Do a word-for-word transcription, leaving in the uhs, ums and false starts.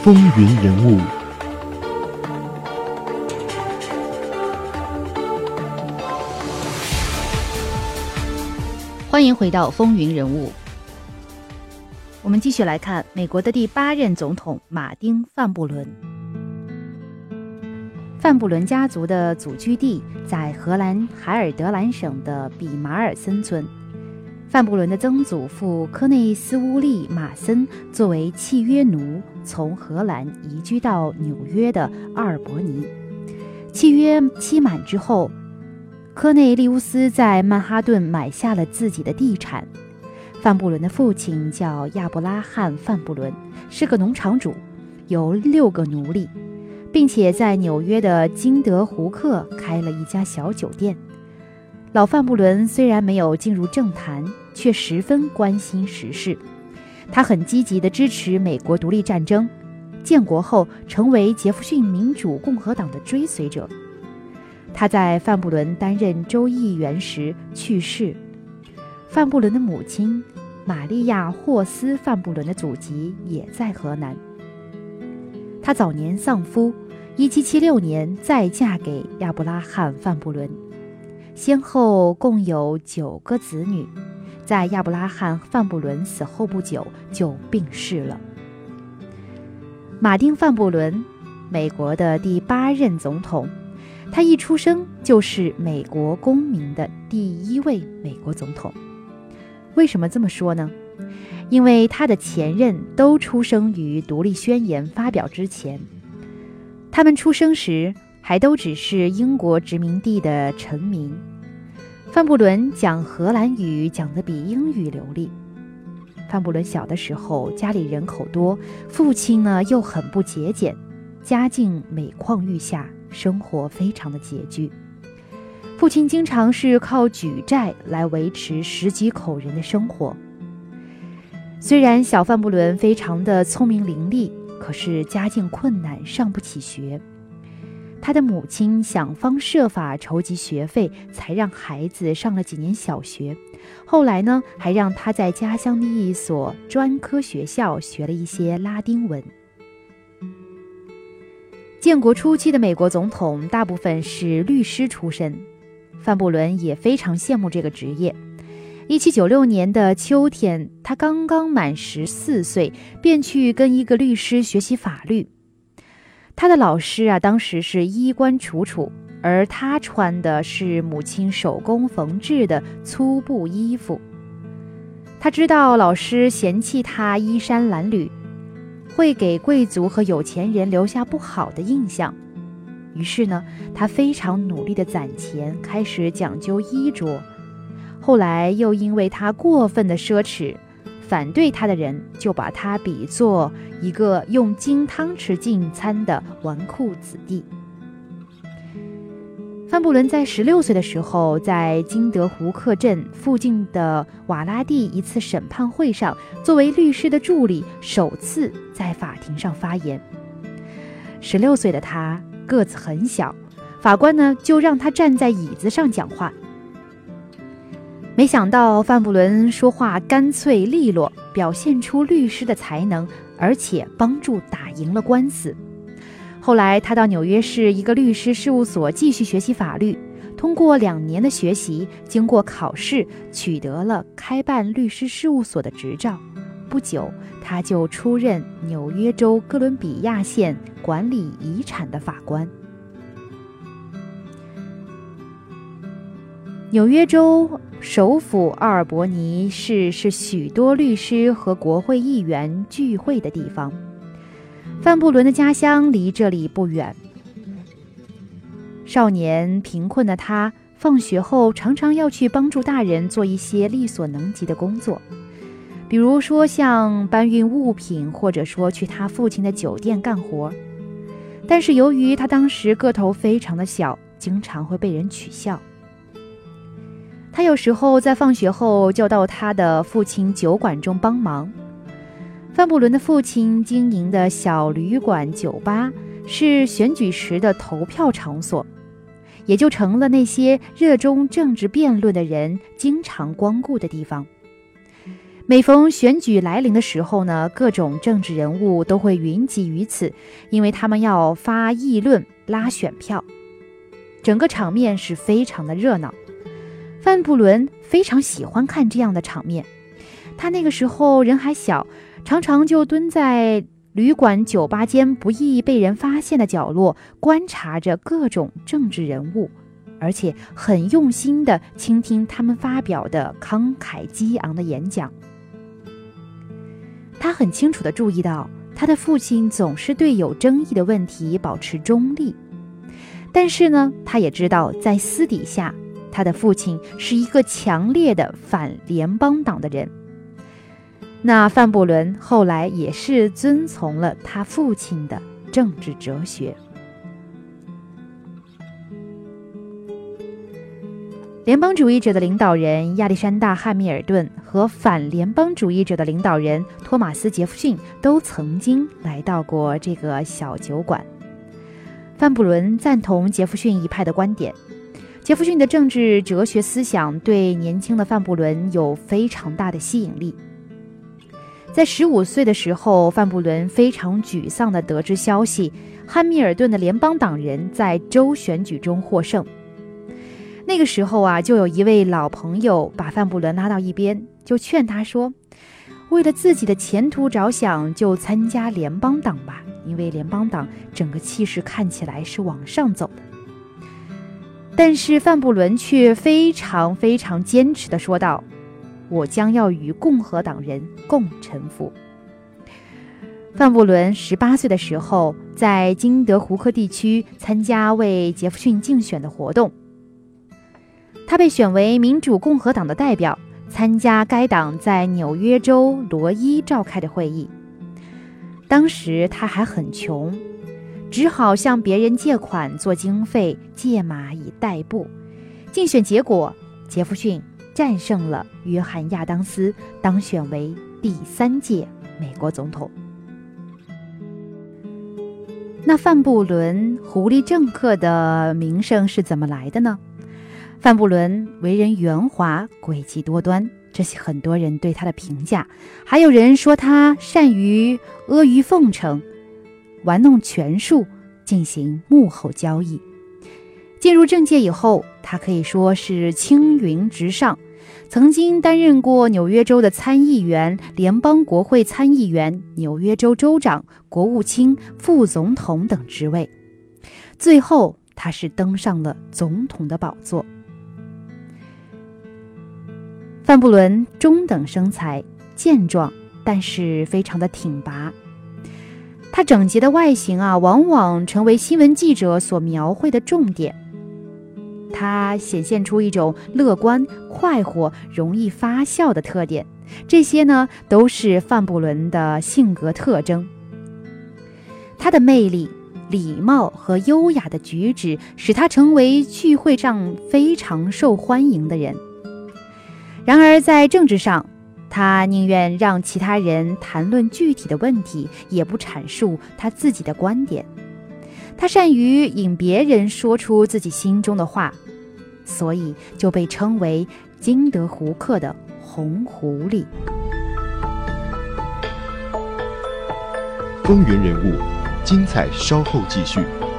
风云人物。 欢迎回到风云人物。我们继续来看美国的第八任总统马丁·范布伦。范布伦家族的祖居地在荷兰海尔德兰省的比马尔森村。范布伦的曾祖父科内斯乌利·马森作为契约奴，从荷兰移居到纽约的阿尔伯尼。契约期满之后，科内利乌斯在曼哈顿买下了自己的地产。范布伦的父亲叫亚伯拉罕·范布伦，是个农场主，有六个奴隶，并且在纽约的金德胡克开了一家小酒店。老范布伦虽然没有进入政坛，却十分关心时事。他很积极地支持美国独立战争，建国后成为杰弗逊民主共和党的追随者。他在范布伦担任州议员时去世。范布伦的母亲玛利亚·霍斯·范布伦的祖籍也在河南。她早年丧夫，一七七六年再嫁给亚伯拉罕·范布伦，先后共有九个子女，在亚伯拉罕·范布伦死后不久就病逝了。马丁·范布伦，美国的第八任总统，他一出生就是美国公民的第一位美国总统。为什么这么说呢？因为他的前任都出生于独立宣言发表之前，他们出生时还都只是英国殖民地的臣民。范布伦讲荷兰语讲得比英语流利。范布伦小的时候家里人口多，父亲呢又很不节俭，家境每况愈下，生活非常的拮据。父亲经常是靠举债来维持十几口人的生活。虽然小范布伦非常的聪明伶俐，可是家境困难，上不起学。他的母亲想方设法筹集学费，才让孩子上了几年小学。后来呢，还让他在家乡的一所专科学校学了一些拉丁文。建国初期的美国总统大部分是律师出身，范布伦也非常羡慕这个职业。一七九六年的秋天，他刚刚满十四岁，便去跟一个律师学习法律。他的老师啊，当时是衣冠楚楚，而他穿的是母亲手工缝制的粗布衣服。他知道老师嫌弃他衣衫褴褛，会给贵族和有钱人留下不好的印象。于是呢，他非常努力地攒钱，开始讲究衣着。后来又因为他过分的奢侈，反对他的人就把他比作一个用金汤匙进餐的纨绔子弟。范布伦在十六岁的时候，在金德胡克镇附近的瓦拉蒂一次审判会上，作为律师的助理，首次在法庭上发言。十六岁的他个子很小，法官呢就让他站在椅子上讲话。没想到范布伦说话干脆利落，表现出律师的才能，而且帮助打赢了官司。后来他到纽约市一个律师事务所继续学习法律，通过两年的学习，经过考试，取得了开办律师事务所的执照。不久，他就出任纽约州哥伦比亚县管理遗产的法官。纽约州首府奥尔伯尼市是许多律师和国会议员聚会的地方。范布伦的家乡离这里不远。少年贫困的他，放学后常常要去帮助大人做一些力所能及的工作，比如说像搬运物品，或者说去他父亲的酒店干活。但是由于他当时个头非常的小，经常会被人取笑。他有时候在放学后就到他的父亲酒馆中帮忙。范布伦的父亲经营的小旅馆酒吧是选举时的投票场所，也就成了那些热衷政治辩论的人经常光顾的地方。 每逢选举来临的时候呢，各种政治人物都会云集于此，因为他们要发议论拉选票，整个场面是非常的热闹。范布伦非常喜欢看这样的场面，他那个时候人还小，常常就蹲在旅馆酒吧间不易被人发现的角落，观察着各种政治人物，而且很用心地倾听他们发表的慷慨激昂的演讲。他很清楚地注意到，他的父亲总是对有争议的问题保持中立，但是呢，他也知道在私底下，他的父亲是一个强烈的反联邦党的人。那范布伦后来也是遵从了他父亲的政治哲学。联邦主义者的领导人亚历山大·汉密尔顿和反联邦主义者的领导人托马斯·杰弗逊都曾经来到过这个小酒馆。范布伦赞同杰弗逊一派的观点，杰弗逊的政治哲学思想对年轻的范布伦有非常大的吸引力。在十五岁的时候，范布伦非常沮丧地得知消息，汉密尔顿的联邦党人在州选举中获胜。那个时候啊，就有一位老朋友把范布伦拉到一边，就劝他说，为了自己的前途着想，就参加联邦党吧，因为联邦党整个气势看起来是往上走的。但是范布伦却非常非常坚持地说道，我将要与共和党人共臣服。范布伦十八岁的时候，在金德胡克地区参加为杰弗逊竞选的活动，他被选为民主共和党的代表，参加该党在纽约州罗伊召开的会议。当时他还很穷，只好向别人借款做经费，借马以代步。竞选结果，杰弗逊战胜了约翰·亚当斯，当选为第三届美国总统。那范布伦狐狸政客的名声是怎么来的呢？范布伦为人圆滑，诡计多端，这是很多人对他的评价。还有人说他善于阿谀奉承，玩弄权术，进行幕后交易。进入政界以后，他可以说是青云直上，曾经担任过纽约州的参议员、联邦国会参议员、纽约州州长、国务卿、副总统等职位。最后，他是登上了总统的宝座。范布伦中等身材，健壮，但是非常的挺拔。他整洁的外形啊，往往成为新闻记者所描绘的重点。他显现出一种乐观、快活、容易发笑的特点，这些呢，都是范布伦的性格特征。他的魅力、礼貌和优雅的举止，使他成为聚会上非常受欢迎的人。然而在政治上，他宁愿让其他人谈论具体的问题，也不阐述他自己的观点。他善于引别人说出自己心中的话，所以就被称为金德胡克的红狐狸。 风云人物，精彩稍后继续。